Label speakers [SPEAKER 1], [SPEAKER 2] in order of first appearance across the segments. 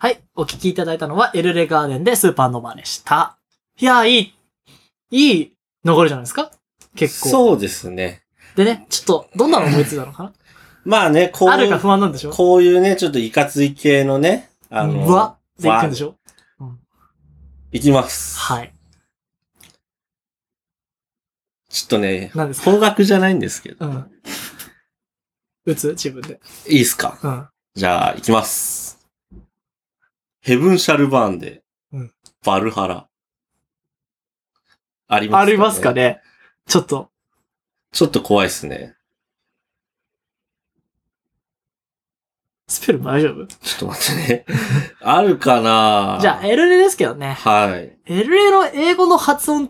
[SPEAKER 1] はい。お聞きいただいたのは、エルレガーデンでスーパーノヴァでした。いやー、いい流れじゃないですか結構。
[SPEAKER 2] そうですね。
[SPEAKER 1] でね、ちょっと、どんなの思いついたのかな
[SPEAKER 2] まあね、こう
[SPEAKER 1] あるか不安なんでしょ
[SPEAKER 2] こういうね、ちょっといかつい系のね、
[SPEAKER 1] うわっていくんでしょ
[SPEAKER 2] いきます。
[SPEAKER 1] はい。
[SPEAKER 2] ちょっとね、
[SPEAKER 1] 何ですか
[SPEAKER 2] 方角じゃないんですけど。
[SPEAKER 1] 打つ自分で。
[SPEAKER 2] いいっすかじゃあ、いきます。ヘブンシャルバーンで、バルハラ。ありますかね。
[SPEAKER 1] ありますかね。ちょっと
[SPEAKER 2] 怖いっすね。
[SPEAKER 1] スペル大丈夫？
[SPEAKER 2] ちょっと待ってね。あるかな
[SPEAKER 1] じゃあ、エルレですけどね。
[SPEAKER 2] はい。
[SPEAKER 1] エルレの英語の発音って、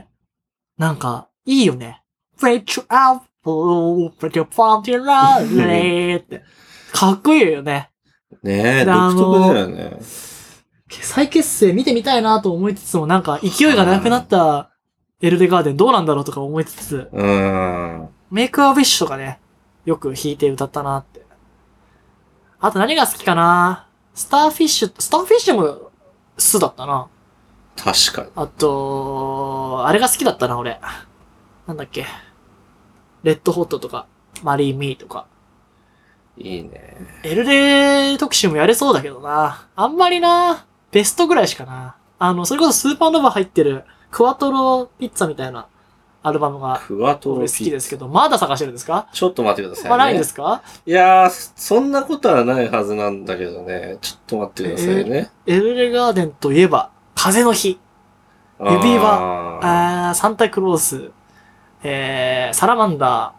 [SPEAKER 1] なんか、いいよね。Break you out, break your palm to rally って。かっこいいよね。
[SPEAKER 2] ねえ、独特だよね。
[SPEAKER 1] 再結成見てみたいなと思いつつも、なんか勢いがなくなったエルレガーデンどうなんだろうとか思いつつ、メイクアウィッシュとかね、よく弾いて歌ったなって。あと何が好きかなスターフィッシュもスだったな。
[SPEAKER 2] 確かに。
[SPEAKER 1] あと、あれが好きだったな、俺。なんだっけ。レッドホットとか、マリーミーとか。
[SPEAKER 2] いいね。
[SPEAKER 1] エルレ特集もやれそうだけどな。あんまりな。ベストぐらいしかな。それこそスーパーノヴァ入ってる、クワトロピッツァみたいなアルバムが、俺好きですけど、まだ探してるんですか？
[SPEAKER 2] ちょっと待ってくださいね。
[SPEAKER 1] まあないんですか？
[SPEAKER 2] いやー、そんなことはないはずなんだけどね。ちょっと待ってくださいね。
[SPEAKER 1] エルレガーデンといえば、風の日。指輪、サンタクロース、サラマンダ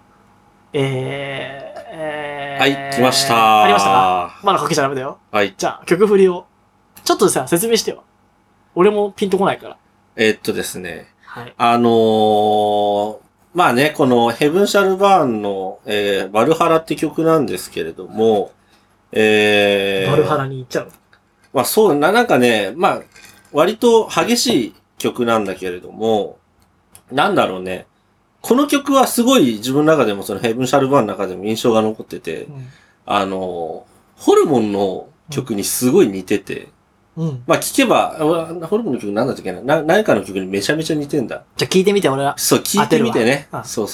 [SPEAKER 1] ー、
[SPEAKER 2] はい、来ました。
[SPEAKER 1] ありましたか？まだかけちゃダメだよ。
[SPEAKER 2] はい。
[SPEAKER 1] じゃあ、曲振りを。ちょっとさ、説明してよ。俺もピンとこないから。
[SPEAKER 2] ですね。
[SPEAKER 1] はい。
[SPEAKER 2] まあね、このヘブンシャルバーンの、バルハラって曲なんですけれども、
[SPEAKER 1] バルハラに行っちゃう。
[SPEAKER 2] まあそう、なんかね、まあ、割と激しい曲なんだけれども、なんだろうね。この曲はすごい自分の中でもそのヘブンシャルバーンの中でも印象が残ってて、ホルモンの曲にすごい似てて、まあ聞けば、ホルモンの曲なんだったっけな何かの曲にめちゃめちゃ似てんだ。
[SPEAKER 1] じゃあ聞いてみて、俺は。
[SPEAKER 2] そう、聞いてみてね。そう。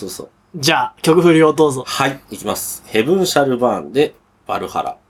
[SPEAKER 1] じゃあ、曲振りをどうぞ。
[SPEAKER 2] はい、いきます。ヘブンシャルバーンでバルハラ。